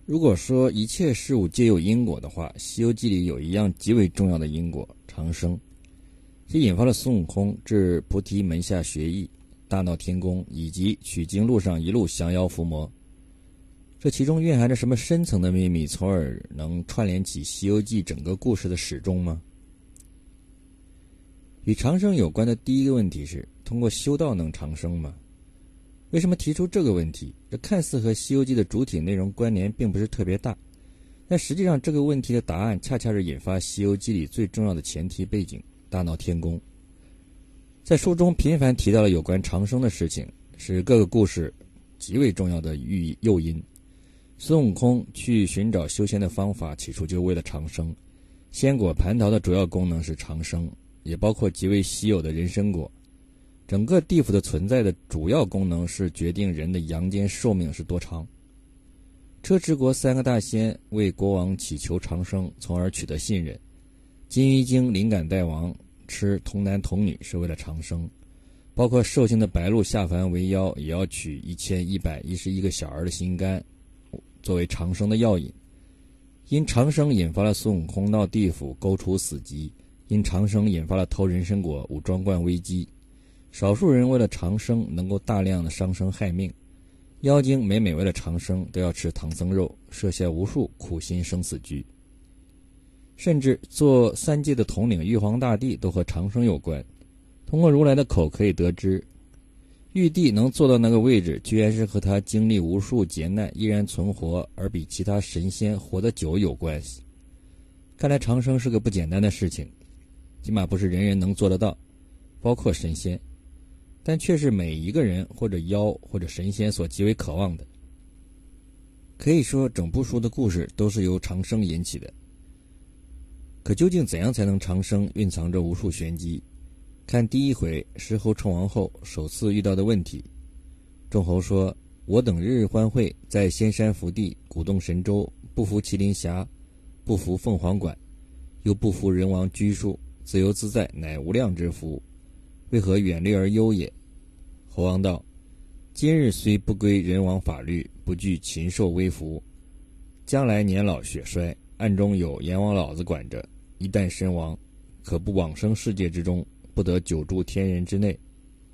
如果说一切事物皆有因果的话，《西游记》里有一样极为重要的因果——长生，这引发了孙悟空至菩提门下学艺、大闹天宫以及取经路上一路降妖伏魔。这其中蕴含着什么深层的秘密，从而能串联起《西游记》整个故事的始终吗？与长生有关的第一个问题是：通过修道能长生吗？为什么提出这个问题？这看似和《西游记》的主体内容关联并不是特别大，但实际上这个问题的答案恰恰是引发《西游记》里最重要的前提背景——大闹天宫。在书中频繁提到了有关长生的事情，是各个故事极为重要的诱因。孙悟空去寻找修仙的方法，起初就为了长生。仙果蟠桃的主要功能是长生，也包括极为稀有的人参果。整个地府的存在的主要功能是决定人的阳间寿命是多长。车迟国三个大仙为国王祈求长生，从而取得信任。金鱼精灵感大王吃童男童女是为了长生，包括兽性的白鹿下凡为妖，也要取1111个小儿的心肝作为长生的药引。因长生引发了孙悟空闹地府勾除死籍，因长生引发了偷人参果武装观危机。少数人为了长生能够大量的伤生害命，妖精每为了长生都要吃唐僧肉，设下无数苦心生死局。甚至做三界的统领玉皇大帝都和长生有关。通过如来的口可以得知，玉帝能做到那个位置，居然是和他经历无数劫难依然存活而比其他神仙活得久有关系。看来长生是个不简单的事情，起码不是人人能做得到，包括神仙，但却是每一个人或者妖或者神仙所极为渴望的。可以说整部书的故事都是由长生引起的。可究竟怎样才能长生，蕴藏着无数玄机。看第一回石猴称王后首次遇到的问题，众猴说：我等日日欢会，在仙山福地，鼓动神州，不服麒麟峡，不服凤凰馆，又不服人王拘束，自由自在，乃无量之福，为何远虑而忧也？猴王道：今日虽不归人王法律，不惧禽兽威服，将来年老血衰，暗中有阎王老子管着，一旦身亡，可不往生世界之中，不得久住天人之内。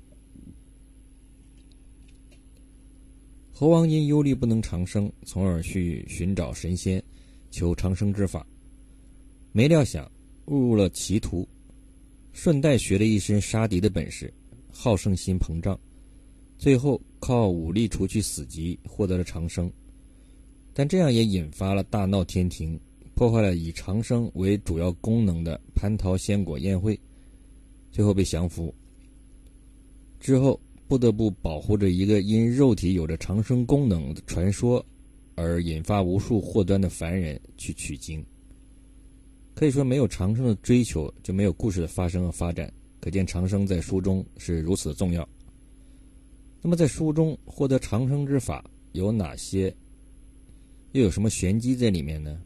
猴王因忧虑不能长生，从而去寻找神仙求长生之法，没料想误入了歧途，顺带学了一身杀敌的本事，好胜心膨胀，最后靠武力除去死籍，获得了长生。但这样也引发了大闹天庭，破坏了以长生为主要功能的蟠桃仙果宴会，最后被降服。之后不得不保护着一个因肉体有着长生功能的传说而引发无数祸端的凡人去取经。可以说没有长生的追求，就没有故事的发生和发展，可见长生在书中是如此的重要。那么在书中获得长生之法有哪些，又有什么玄机在里面呢？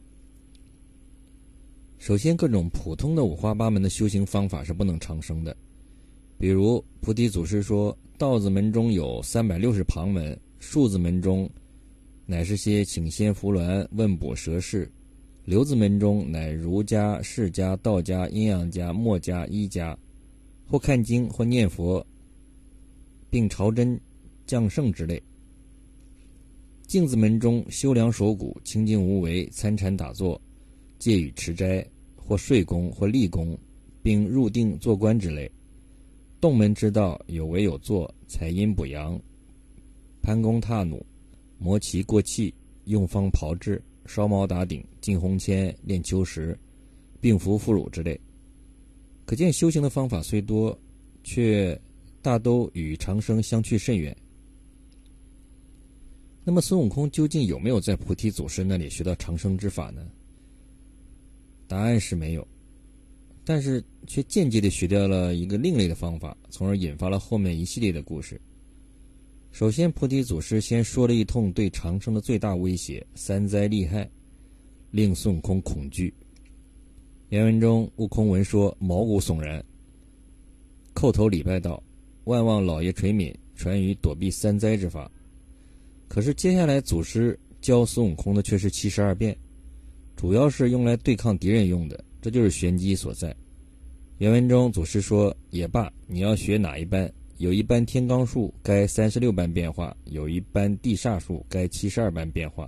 首先，各种普通的五花八门的修行方法是不能长生的。比如菩提祖师说，道字门中有360旁门，数字门中乃是些请仙扶鸾问卜蛇事，流字门中乃儒家、释家、道家、阴阳家、墨家、医家，或看经或念佛并朝真降圣之类。净字门中修良守谷、清净无为、参禅打坐、戒语持斋，或睡功或立功，并入定做官之类。洞门之道有为有作，采阴补阳，攀弓踏弩，磨旗过气，用方炮制，烧毛打顶，进红铅，炼秋石，病服妇乳之类。可见修行的方法虽多，却大都与长生相去甚远。那么孙悟空究竟有没有在菩提祖师那里学到长生之法呢？答案是没有，但是却间接地学掉了一个另类的方法，从而引发了后面一系列的故事。首先，菩提祖师先说了一通对长生的最大威胁三灾利害，令孙悟空恐惧。原文中悟空闻说毛骨悚然，叩头礼拜道：万望老爷垂悯，传于躲避三灾之法。可是接下来祖师教孙悟空的却是72变，主要是用来对抗敌人用的，这就是玄机所在。原文中祖师说，也罢，你要学哪一般，有一般天罡术该36般变化，有一般地煞术该72般变化。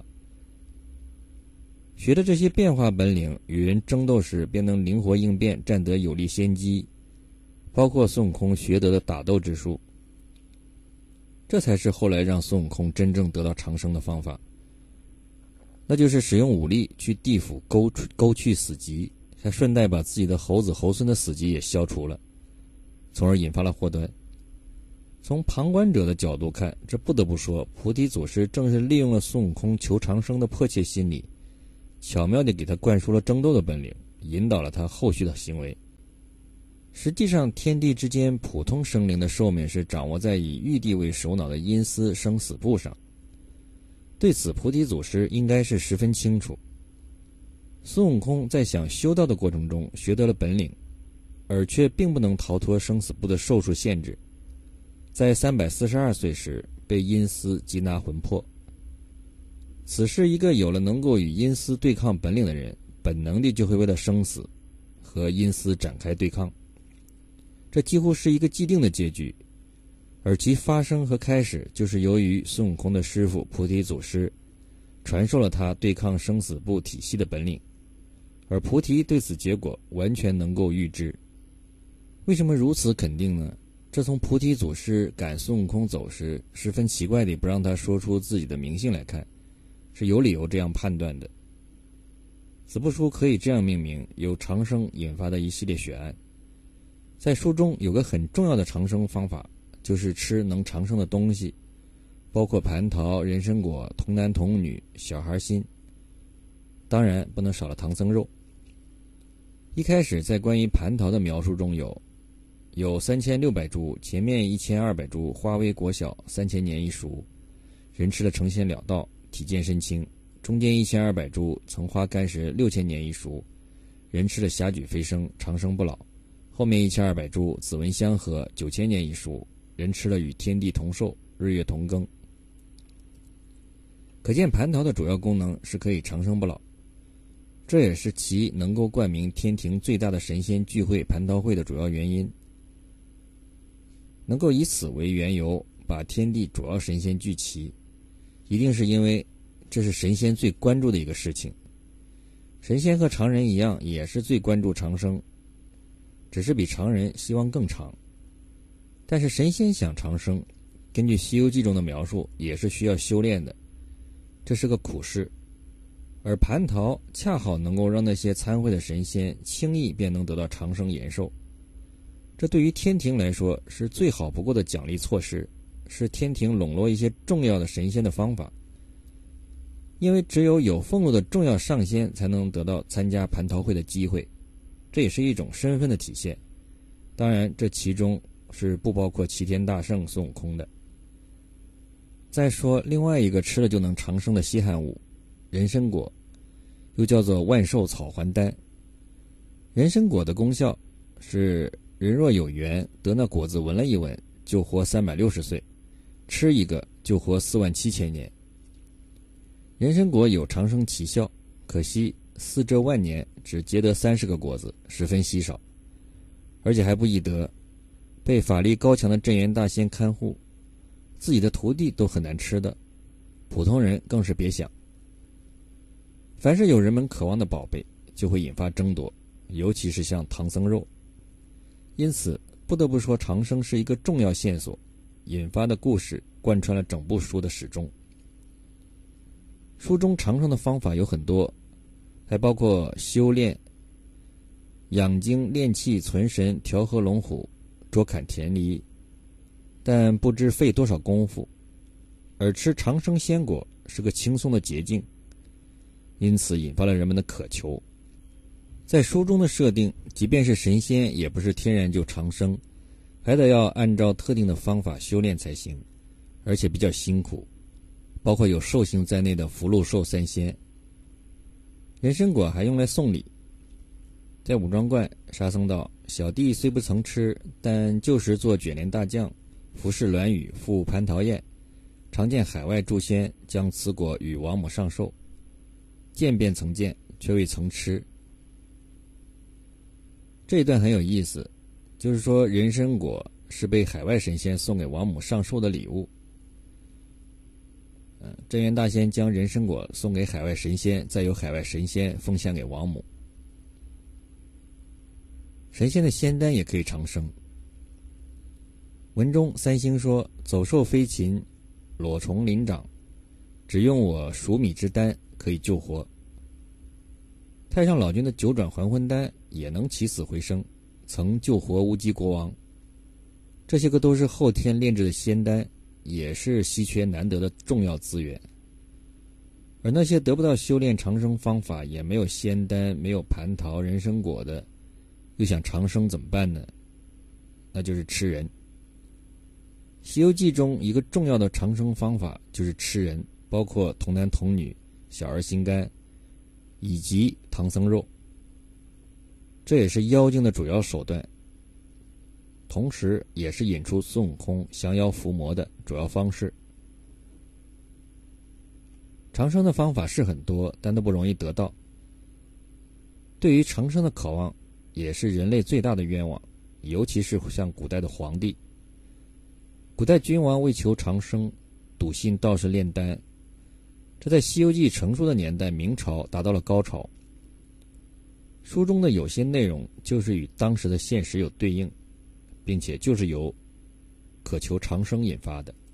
学的这些变化本领，与人争斗时便能灵活应变，占得有利先机，包括孙悟空学得的打斗之术。这才是后来让孙悟空真正得到长生的方法，那就是使用武力去地府勾去死疾，还顺带把自己的猴子猴孙的死疾也消除了，从而引发了祸端。从旁观者的角度看，这不得不说，菩提祖师正是利用了孙悟空求长生的迫切心理，巧妙地给他灌输了争斗的本领，引导了他后续的行为。实际上，天地之间普通生灵的寿命是掌握在以玉帝为首脑的阴司生死簿上。对此，菩提祖师应该是十分清楚。孙悟空在想修道的过程中学得了本领，而却并不能逃脱生死簿的寿数限制，在342岁时被阴司缉拿魂魄。此时一个有了能够与阴司对抗本领的人，本能地就会为了生死和阴司展开对抗，这几乎是一个既定的结局，而其发生和开始就是由于孙悟空的师父菩提祖师传授了他对抗生死簿体系的本领，而菩提对此结果完全能够预知。为什么如此肯定呢？这从菩提祖师赶孙悟空走时十分奇怪地不让他说出自己的名姓来看，是有理由这样判断的。此部书可以这样命名，由长生引发的一系列血案。在书中有个很重要的长生方法，就是吃能长生的东西，包括蟠桃、人参果、童男童女、小孩心，当然不能少了唐僧肉。一开始在关于蟠桃的描述中有3600株，前面1200株花微果小，3000年一熟，人吃了成仙了道，体健身轻。中间1200株曾花干时6000年一熟，人吃了霞举飞升，长生不老。后面1200株紫纹相合，9000年一熟，人吃了与天地同寿，日月同庚。可见蟠桃的主要功能是可以长生不老，这也是其能够冠名天庭最大的神仙聚会蟠桃会的主要原因。能够以此为缘由把天地主要神仙聚齐，一定是因为这是神仙最关注的一个事情。神仙和常人一样，也是最关注长生，只是比常人希望更长。但是神仙想长生，根据《西游记》中的描述，也是需要修炼的，这是个苦事。而蟠桃恰好能够让那些参会的神仙轻易便能得到长生延寿，这对于天庭来说是最好不过的奖励措施，是天庭笼络一些重要的神仙的方法。因为只有俸禄的重要上仙才能得到参加蟠桃会的机会，这也是一种身份的体现。当然，这其中是不包括齐天大圣孙悟空的。再说另外一个吃了就能长生的稀罕物，人参果，又叫做万寿草还丹。人参果的功效是人若有缘得那果子闻了一闻，就活360岁，吃一个就活47000年。人参果有长生奇效，可惜4这万年只结得30个果子，十分稀少，而且还不易得，被法力高强的镇元大仙看护，自己的徒弟都很难吃的，普通人更是别想。凡是有人们渴望的宝贝，就会引发争夺，尤其是像唐僧肉。因此不得不说，长生是一个重要线索，引发的故事贯穿了整部书的始终。书中长生的方法有很多，还包括修炼、养精炼气、存神、调和龙虎、捉砍田狸，但不知费多少功夫。而吃长生仙果是个轻松的捷径，因此引发了人们的渴求。在书中的设定，即便是神仙也不是天然就长生，还得要按照特定的方法修炼才行，而且比较辛苦，包括有寿星在内的福禄寿3仙。人参果还用来送礼。在武装观，沙僧道：小弟虽不曾吃，但旧时做卷帘大将，服侍栾宇赴蟠桃宴， 常见海外诸仙将此果与王母上寿，见便曾见，却未曾吃。这一段很有意思，就是说人参果是被海外神仙送给王母上寿的礼物。镇元大仙将人参果送给海外神仙，再由海外神仙奉献给王母。神仙的仙丹也可以长生。文中三星说：走兽飞禽，裸虫灵长，只用我数米之丹可以救活。太上老君的九转还魂丹也能起死回生，曾救活乌鸡国王。这些个都是后天炼制的仙丹，也是稀缺难得的重要资源。而那些得不到修炼长生方法，也没有仙丹，没有蟠桃人参果的，又想长生怎么办呢？那就是吃人。西游记中一个重要的长生方法就是吃人，包括童男童女、小儿心肝以及唐僧肉，这也是妖精的主要手段，同时也是引出孙悟空降妖伏魔的主要方式。长生的方法是很多，但都不容易得到。对于长生的渴望也是人类最大的愿望，尤其是像古代的皇帝。古代君王为求长生，笃信道士炼丹，这在《西游记》成书的年代，明朝达到了高潮。书中的有些内容就是与当时的现实有对应，并且就是由渴求长生引发的。